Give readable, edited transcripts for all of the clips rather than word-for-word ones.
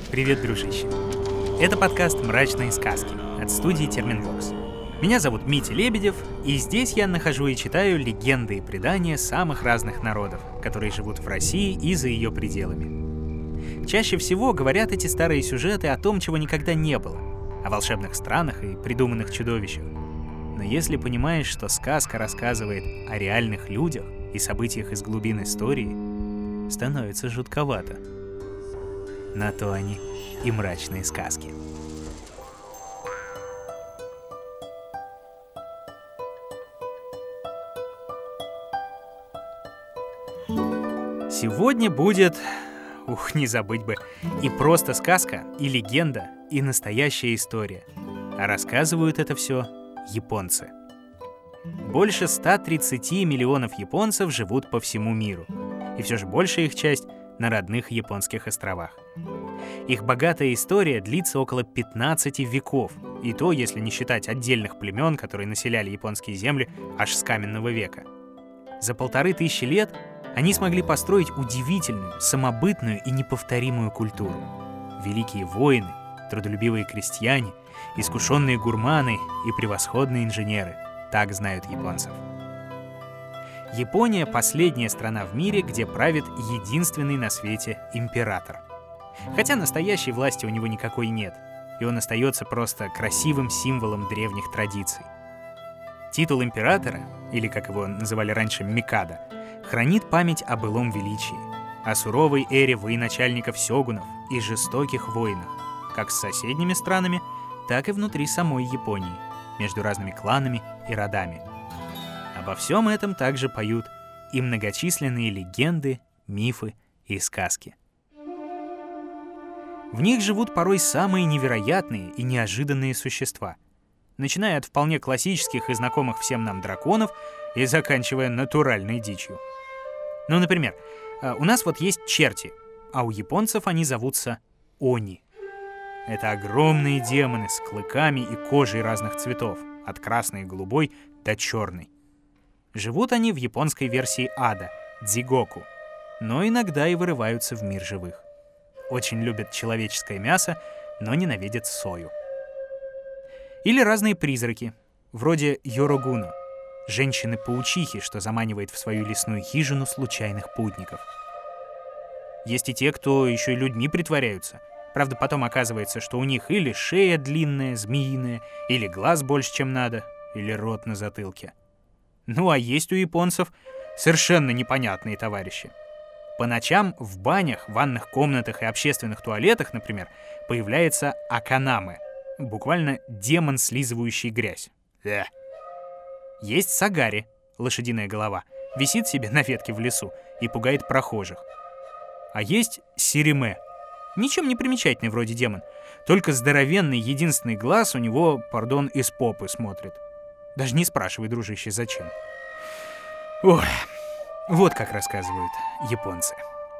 Привет, дружище. Это подкаст «Мрачные сказки» от студии Терминвокс. Меня зовут Митя Лебедев, и здесь я нахожу и читаю легенды и предания самых разных народов, которые живут в России и за ее пределами. Чаще всего говорят эти старые сюжеты о том, чего никогда не было, о волшебных странах и придуманных чудовищах. Но если понимаешь, что сказка рассказывает о реальных людях и событиях из глубин истории, становится жутковато. На то они и мрачные сказки. Сегодня будет, не забыть бы, и просто сказка, и легенда, и настоящая история. А рассказывают это все японцы. Больше 130 миллионов японцев живут по всему миру. И все же большая их часть на родных японских островах. Их богатая история длится около 15 веков, и то, если не считать отдельных племен, которые населяли японские земли аж с каменного века. За 1500 лет они смогли построить удивительную, самобытную и неповторимую культуру. Великие воины, трудолюбивые крестьяне, искушенные гурманы и превосходные инженеры — так знают японцев. Япония — последняя страна в мире, где правит единственный на свете император. Хотя настоящей власти у него никакой нет, и он остается просто красивым символом древних традиций. Титул императора, или, как его называли раньше, микадо, хранит память о былом величии, о суровой эре военачальников-сёгунов и жестоких войнах, как с соседними странами, так и внутри самой Японии, между разными кланами и родами. Обо всем этом также поют и многочисленные легенды, мифы и сказки. В них живут порой самые невероятные и неожиданные существа, начиная от вполне классических и знакомых всем нам драконов и заканчивая натуральной дичью. Ну, например, у нас вот есть черти, а у японцев они зовутся они. Это огромные демоны с клыками и кожей разных цветов, от красной и голубой до черной. Живут они в японской версии ада — дзигоку, но иногда и вырываются в мир живых. Очень любят человеческое мясо, но ненавидят сою. Или разные призраки, вроде Йорогуно, женщины-паучихи, что заманивает в свою лесную хижину случайных путников. Есть и те, кто еще и людьми притворяются. Правда, потом оказывается, что у них или шея длинная, змеиная, или глаз больше, чем надо, или рот на затылке. Ну а есть у японцев совершенно непонятные товарищи. По ночам в банях, ванных комнатах и общественных туалетах, например, появляется аканаме, буквально демон, слизывающий грязь. Есть сагари, лошадиная голова, висит себе на ветке в лесу и пугает прохожих. А есть сириме, ничем не примечательный вроде демон, только здоровенный единственный глаз у него, из попы смотрит. Даже не спрашивай, дружище, зачем. Ой, вот как рассказывают японцы.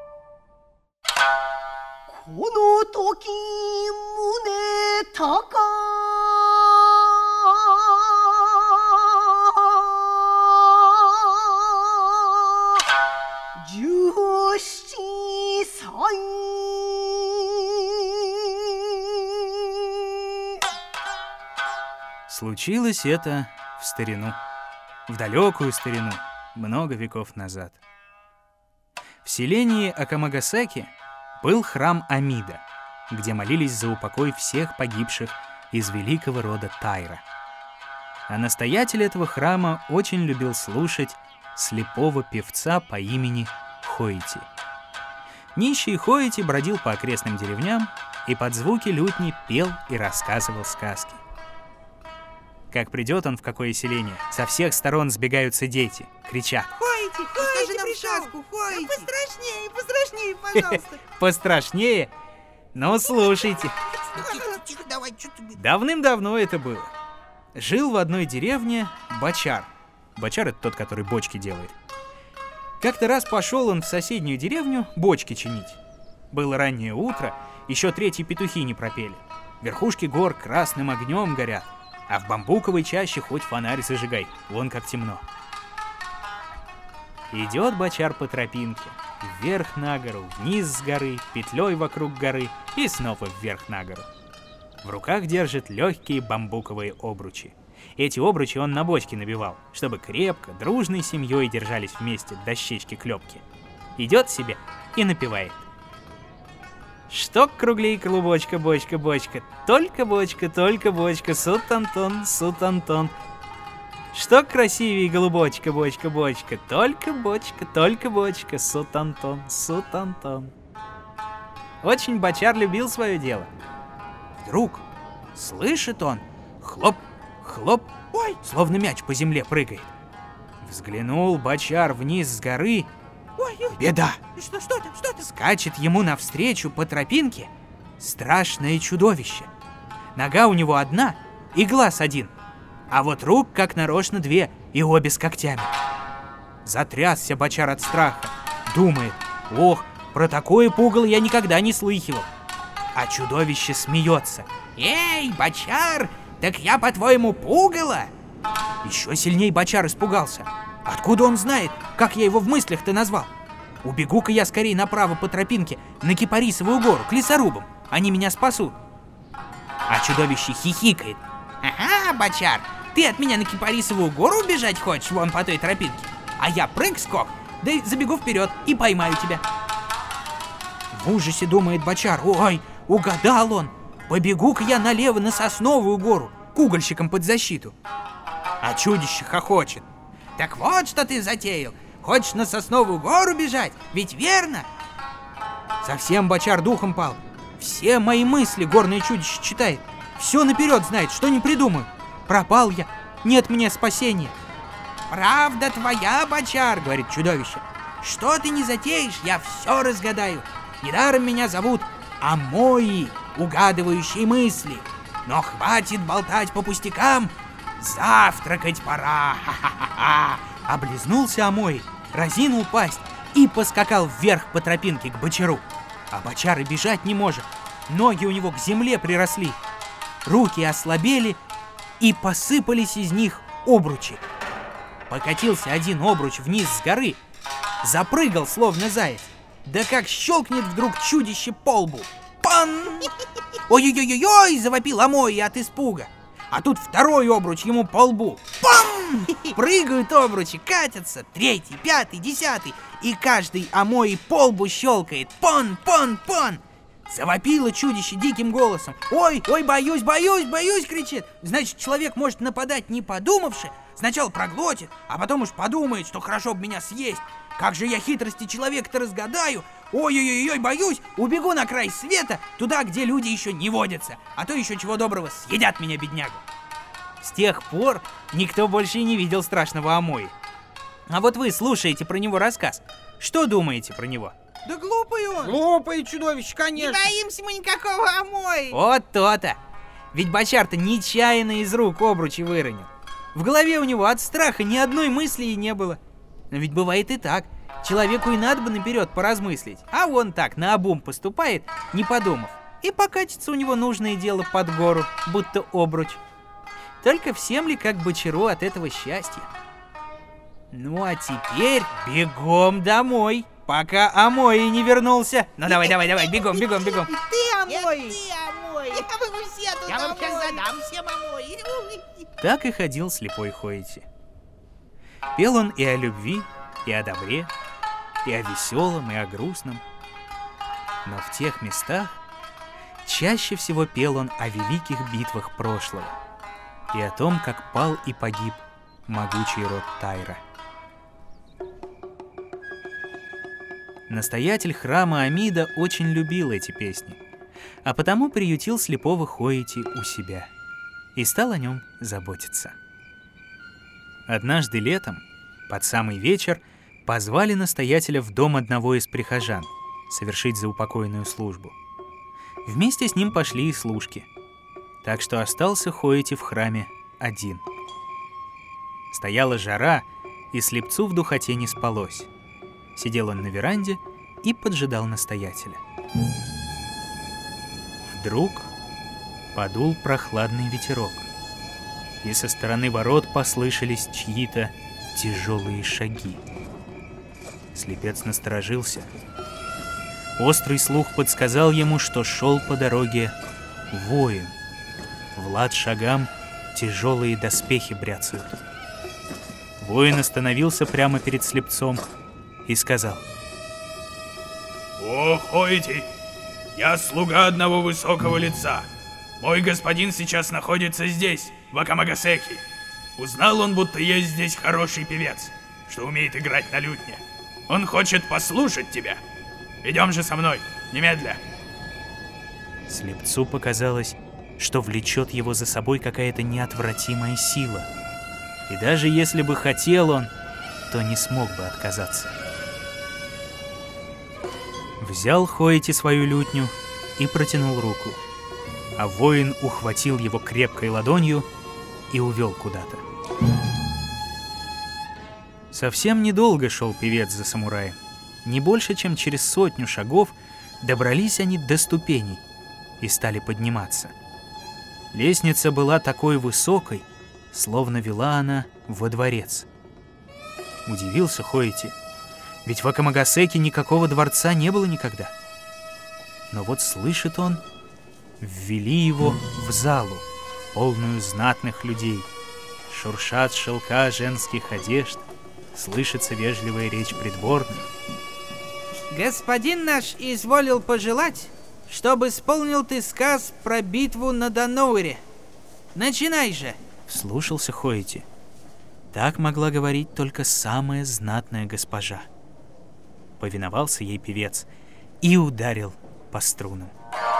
Случилось это в старину, в далекую старину, много веков назад. В селении Акамагасаки был храм Амида, где молились за упокой всех погибших из великого рода Тайра. А настоятель этого храма очень любил слушать слепого певца по имени Хоити. Нищий Хоити бродил по окрестным деревням и под звуки лютни пел и рассказывал сказки. Как придет он в какое селение, со всех сторон сбегаются дети, кричат: Хоити, расскажи нам сказку, Хоити! Пострашнее, пожалуйста! Пострашнее? Ну, слушайте. Тихо, давай, что ты... Давным-давно это было. Жил в одной деревне бочар. Бочар — это тот, который бочки делает. Как-то раз пошел он в соседнюю деревню бочки чинить. Было раннее утро, еще третьи петухи не пропели. Верхушки гор красным огнем горят, а в бамбуковой чаще хоть фонарь зажигай, вон как темно. Идет бочар по тропинке, Вверх на гору, вниз с горы, петлей вокруг горы и снова вверх на гору. В руках держит легкие бамбуковые обручи. Эти обручи он на бочке набивал, чтобы крепко, дружной семьей держались вместе дощечки-клепки. Идет себе и напевает. Что круглей клубочка, бочка, бочка, только бочка, сут-антон, сут-антон. Что красивее голубочка, бочка, бочка, только бочка, сут-антон, сут-антон. Очень бочар любил свое дело. Вдруг слышит он, хлоп, хлоп, ой, словно мяч по земле прыгает. Взглянул бочар вниз с горы. Ой, Беда! что там? Скачет ему навстречу по тропинке страшное чудовище. Нога у него одна и глаз один, а вот рук как нарочно две и обе с когтями. Затрясся бочар от страха, думает: ох, про такое пугало я никогда не слыхивал. А чудовище смеется: эй, бочар, так я, по-твоему, пугало? Еще сильней бочар испугался. Откуда он знает, как я его в мыслях-то назвал? Убегу-ка я скорее направо по тропинке на Кипарисовую гору, к лесорубам. Они меня спасут. А чудовище хихикает: ага, бочар, ты от меня на Кипарисовую гору бежать хочешь, вон по той тропинке? А я прыг-скок, да и забегу вперед и поймаю тебя. В ужасе думает бочар: ой, угадал он. Побегу-ка я налево на Сосновую гору, к угольщикам под защиту. А чудище хохочет: так вот что ты затеял. Хочешь на Сосновую гору бежать? Ведь верно? Совсем бочар духом пал. Все мои мысли горное чудище читает. Все наперед знает, что не придумаю. Пропал я, нет мне спасения. Правда твоя, бочар, говорит чудовище. Что ты не затеешь, я все разгадаю. Недаром меня зовут Амои, угадывающие мысли. Но хватит болтать по пустякам. Завтракать пора! Ха-ха-ха-ха! Облизнулся Амои, разинул пасть и поскакал вверх по тропинке к бочару. А бочар и бежать не может. Ноги у него к земле приросли. Руки ослабели, и посыпались из них обручи. Покатился один обруч вниз с горы, запрыгал, словно заяц. Да как щелкнет вдруг чудище по лбу. Пан! Ой-ой-ой-ой! Завопил Амои от испуга. А тут второй обруч ему по лбу. Пам! Прыгают обручи, катятся. Третий, пятый, десятый. И каждый Амои по лбу щелкает. Пон, пон, пон! Завопило чудище диким голосом. Ой, ой, боюсь, боюсь, боюсь, кричит. Значит, человек может нападать, не подумавши. Сначала проглотит, а потом уж подумает, что хорошо бы меня съесть. Как же я хитрости человека-то разгадаю. Ой-ой-ой, боюсь, убегу на край света, туда, где люди еще не водятся. А то еще чего доброго съедят меня, беднягу. С тех пор никто больше и не видел страшного Амои. А вот вы слушаете про него рассказ. Что думаете про него? Да глупый он. Глупое чудовище, конечно. Не боимся мы никакого Амои. Вот то-то. Ведь бочар-то нечаянно из рук обручи выронил. В голове у него от страха ни одной мысли и не было. Но ведь бывает и так. Человеку и надо бы наперед поразмыслить, а он так наобум поступает, не подумав, и покатится у него нужное дело под гору, будто обруч. Только всем ли, как бочару, от этого счастья? Ну а теперь бегом домой, пока Амои не вернулся. Ну давай, бегом. Ты Амои. Ты, Амои. Вы все тут Я вам сейчас Амои. задам всем Амои. Так и ходил слепой Хоити. Пел он и о любви, и о добре, и о веселом, и о грустном. Но в тех местах чаще всего пел он о великих битвах прошлого и о том, как пал и погиб могучий род Тайра. Настоятель храма Амида очень любил эти песни, а потому приютил слепого Хоити у себя и стал о нем заботиться. Однажды летом, под самый вечер, позвали настоятеля в дом одного из прихожан совершить заупокойную службу. Вместе с ним пошли и служки, так что остался Хоити в храме один. Стояла жара, и слепцу в духоте не спалось. Сидел он на веранде и поджидал настоятеля. Вдруг подул прохладный ветерок, и со стороны ворот послышались чьи-то тяжелые шаги. Слепец насторожился. Острый слух подсказал ему, что шел по дороге воин. Влад шагам тяжелые доспехи бряцают. Воин остановился прямо перед слепцом и сказал: «О, Хоити, я слуга одного высокого лица. Мой господин сейчас находится здесь, в Акамагасеки. Узнал он, будто есть здесь хороший певец, что умеет играть на лютне. Он хочет послушать тебя. Идем же со мной, немедля». Слепцу показалось, что влечет его за собой какая-то неотвратимая сила. И даже если бы хотел он, то не смог бы отказаться. Взял Хоити свою лютню и протянул руку, а воин ухватил его крепкой ладонью и увел куда-то. Совсем недолго шел певец за самураем. Не больше, чем через 100 шагов добрались они до ступеней и стали подниматься. Лестница была такой высокой, словно вела она во дворец. Удивился Хоити, ведь в Акамагасеки никакого дворца не было никогда. Но вот слышит он, ввели его в залу, полную знатных людей. Шуршат шелка женских одежд, слышится вежливая речь придворных. Господин наш изволил пожелать, чтобы исполнил ты сказ про битву на Даноуре. Начинай же!» Вслушался Хоити. Так могла говорить только самая знатная госпожа. Повиновался ей певец и ударил по струнам.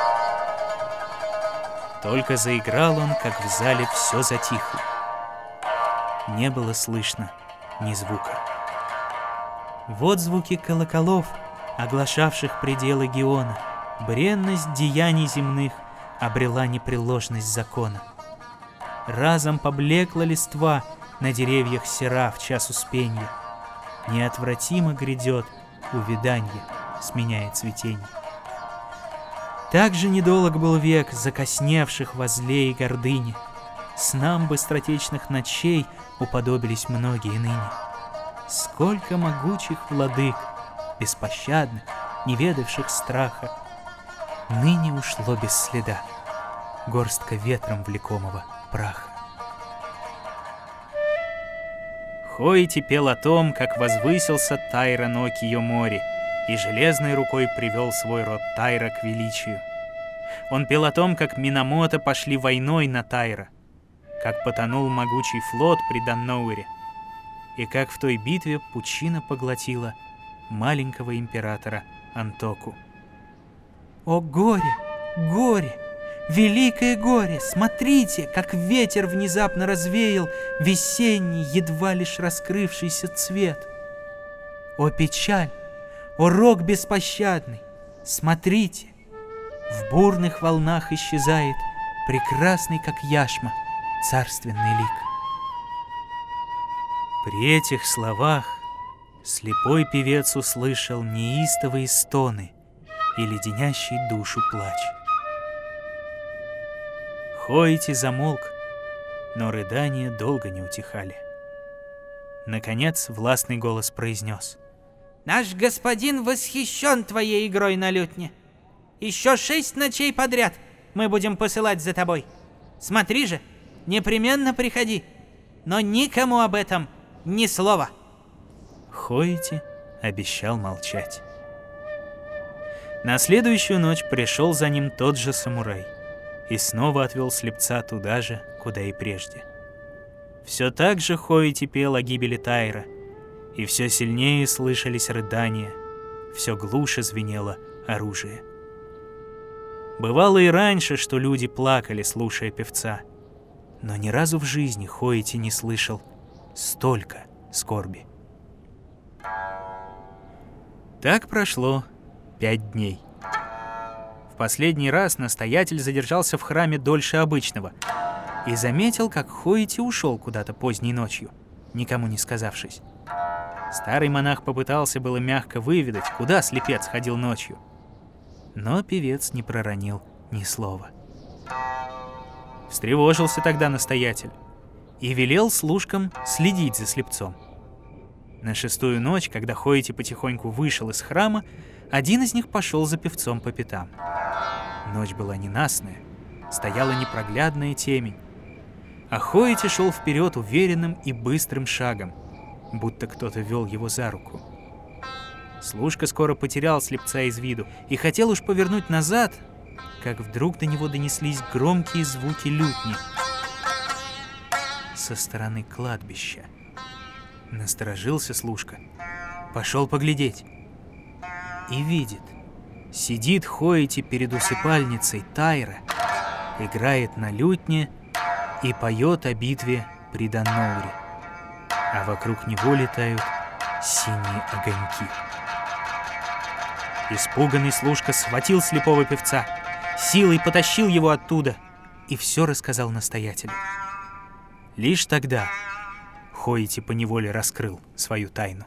Только заиграл он, как в зале все затихло. Не было слышно ни звука. Вот звуки колоколов, оглашавших пределы Гиона. Бренность деяний земных обрела непреложность закона. Разом поблекла листва на деревьях сера в час успенья. Неотвратимо грядет увяданье, сменяя цветенье. Так же недолг был век закосневших во зле и гордыне. Снам быстротечных ночей уподобились многие ныне. Сколько могучих владык, беспощадных, не ведавших страха, ныне ушло без следа горстка ветром влекомого праха. Хоити пел о том, как возвысился Тайра но Кийомори и железной рукой привел свой род Тайра к величию. Он пел о том, как Минамото пошли войной на Тайра, как потонул могучий флот при Данноуре, и как в той битве пучина поглотила маленького императора Антоку. «О горе, горе, великое горе! Смотрите, как ветер внезапно развеял весенний, едва лишь раскрывшийся цвет! О печаль, о рок беспощадный! Смотрите, в бурных волнах исчезает прекрасный, как яшма, царственный лик». При этих словах слепой певец услышал неистовые стоны и леденящий душу плач. Хоити замолк, но рыдания долго не утихали. Наконец властный голос произнес: «Наш господин восхищен твоей игрой на лютне. Еще 6 ночей подряд мы будем посылать за тобой. Смотри же, непременно приходи, но никому об этом ни слова». Хоити обещал молчать. На следующую ночь пришел за ним тот же самурай и снова отвел слепца туда же, куда и прежде. Все так же Хоити пел о гибели Тайра, и все сильнее слышались рыдания, все глуше звенело оружие. Бывало и раньше, что люди плакали, слушая певца, но ни разу в жизни Хоити не слышал столько скорби. Так прошло 5 дней. В последний раз настоятель задержался в храме дольше обычного и заметил, как Хоити ушел куда-то поздней ночью, никому не сказавшись. Старый монах попытался было мягко выведать, куда слепец ходил ночью, но певец не проронил ни слова. Встревожился тогда настоятель и велел служкам следить за слепцом. На 6-ю ночь, когда Хоити потихоньку вышел из храма, один из них пошел за певцом по пятам. Ночь была ненастная, стояла непроглядная темень, а Хоити шел вперед уверенным и быстрым шагом, будто кто-то вел его за руку. Служка скоро потерял слепца из виду и хотел уж повернуть назад, как вдруг до него донеслись громкие звуки лютни со стороны кладбища. Насторожился служка, пошел поглядеть и видит, сидит Хоити перед усыпальницей Тайра, играет на лютне и поет о битве при Даннолре, а вокруг него летают синие огоньки. Испуганный служка схватил слепого певца, силой потащил его оттуда и все рассказал настоятелю. Лишь тогда Хоити поневоле раскрыл свою тайну.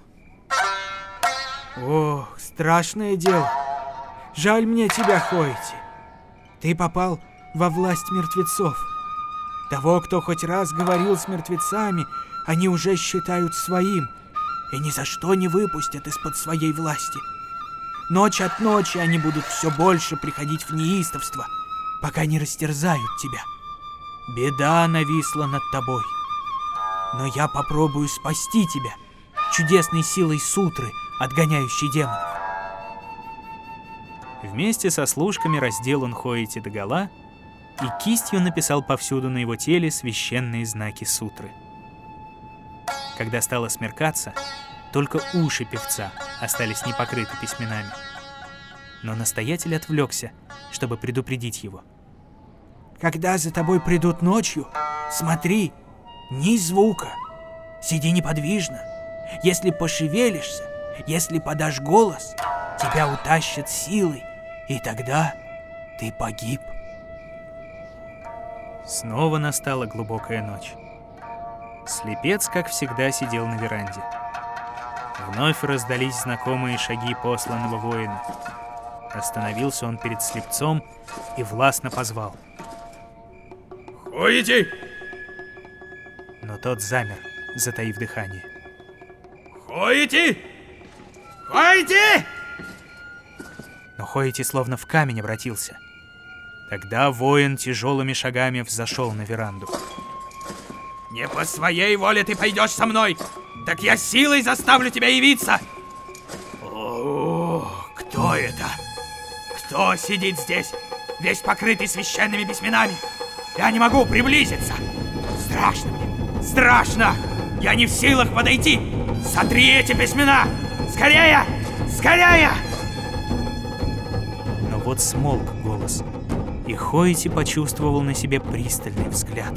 Ох, страшное дело. Жаль мне тебя, Хоити. Ты попал во власть мертвецов. Того, кто хоть раз говорил с мертвецами, они уже считают своим и ни за что не выпустят из-под своей власти. Ночь от ночи они будут все больше приходить в неистовство, пока не растерзают тебя. Беда нависла над тобой. Но я попробую спасти тебя чудесной силой сутры, отгоняющей демонов. Вместе со служками раздел он Хоити догола и кистью написал повсюду на его теле священные знаки сутры. Когда стало смеркаться, только уши певца остались непокрыты письменами. Но настоятель отвлекся, чтобы предупредить его. Когда за тобой придут ночью, смотри, ни звука, сиди неподвижно. Если пошевелишься, если подашь голос, тебя утащат силой, и тогда ты погиб. Снова настала глубокая ночь. Слепец, как всегда, сидел на веранде. Вновь раздались знакомые шаги посланного воина. Остановился он перед слепцом и властно позвал. Хоити! Но тот замер, затаив дыхание. Хоити! Хоити! Но Хоити словно в камень обратился. Тогда воин тяжелыми шагами взошел на веранду. Не по своей воле ты пойдешь со мной, так я силой заставлю тебя явиться. О, кто это? Кто сидит здесь, весь покрытый священными письменами? Я не могу приблизиться. Страшно мне, страшно. Я не в силах подойти. Сотри эти письмена. Скорее, скорее! Но вот смолк голос, и Хоити почувствовал на себе пристальный взгляд.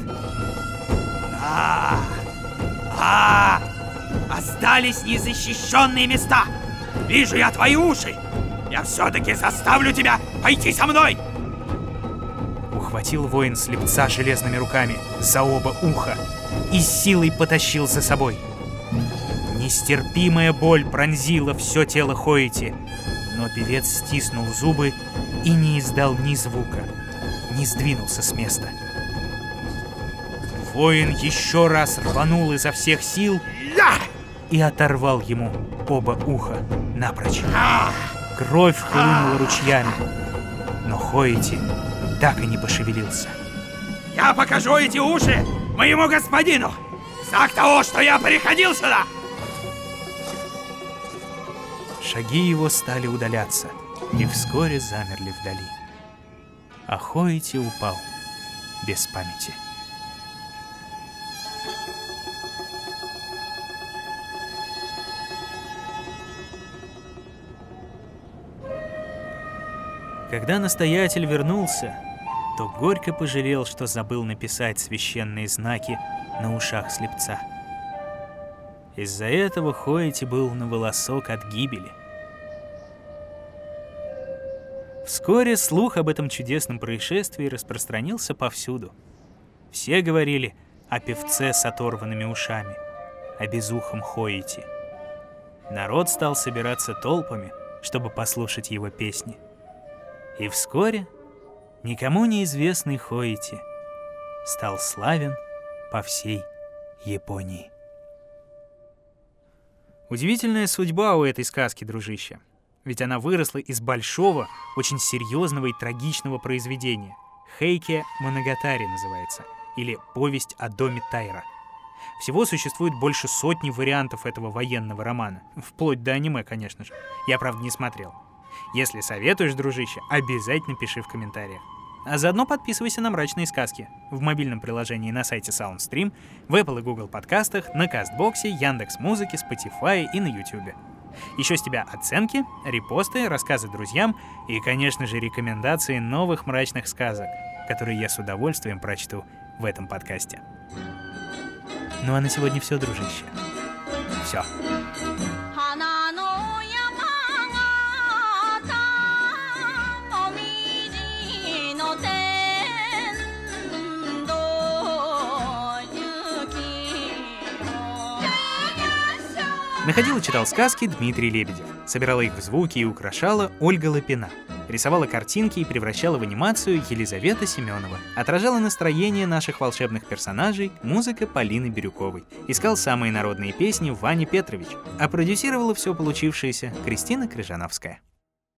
Остались незащищенные места. Вижу я твои уши. Я все-таки заставлю тебя пойти со мной. Ухватил воин слепца железными руками за оба уха и силой потащил за собой. Нестерпимая боль пронзила все тело Хоити, но певец стиснул зубы и не издал ни звука, не сдвинулся с места. Воин еще раз рванул изо всех сил и оторвал ему оба уха напрочь. Кровь хлынула ручьями, но Хоити так и не пошевелился. Я покажу эти уши моему господину! Знак того, что я приходил сюда! Шаги его стали удаляться и вскоре замерли вдали. А Хоити упал без памяти. Когда настоятель вернулся, то горько пожалел, что забыл написать священные знаки на ушах слепца. Из-за этого Хоити был на волосок от гибели. Вскоре слух об этом чудесном происшествии распространился повсюду. Все говорили о певце с оторванными ушами, о безухом Хоити. Народ стал собираться толпами, чтобы послушать его песни. И вскоре никому неизвестный Хоити стал славен по всей Японии. Удивительная судьба у этой сказки, дружище. Ведь она выросла из большого, очень серьезного и трагичного произведения. «Хэйке Моногатари» называется, или «Повесть о доме Тайра». Всего существует больше сотни вариантов этого военного романа. Вплоть до аниме, конечно же. Я, правда, не смотрел. Если советуешь, дружище, обязательно пиши в комментариях. А заодно подписывайся на «Мрачные сказки» в мобильном приложении на сайте SoundStream, в Apple и Google подкастах, на Кастбоксе, Яндекс.Музыке, Spotify и на YouTube. Еще с тебя оценки, репосты, рассказы друзьям и, конечно же, рекомендации новых мрачных сказок, которые я с удовольствием прочту в этом подкасте. Ну а на сегодня все, дружище. Все. Находил и читал сказки Дмитрий Лебедев. Собирала их в звуки и украшала Ольга Лапина. Рисовала картинки и превращала в анимацию Елизавета Семенова. Отражала настроение наших волшебных персонажей музыка Полины Бирюковой. Искал самые народные песни Ваня Петрович. А продюсировала все получившееся Кристина Крыжановская.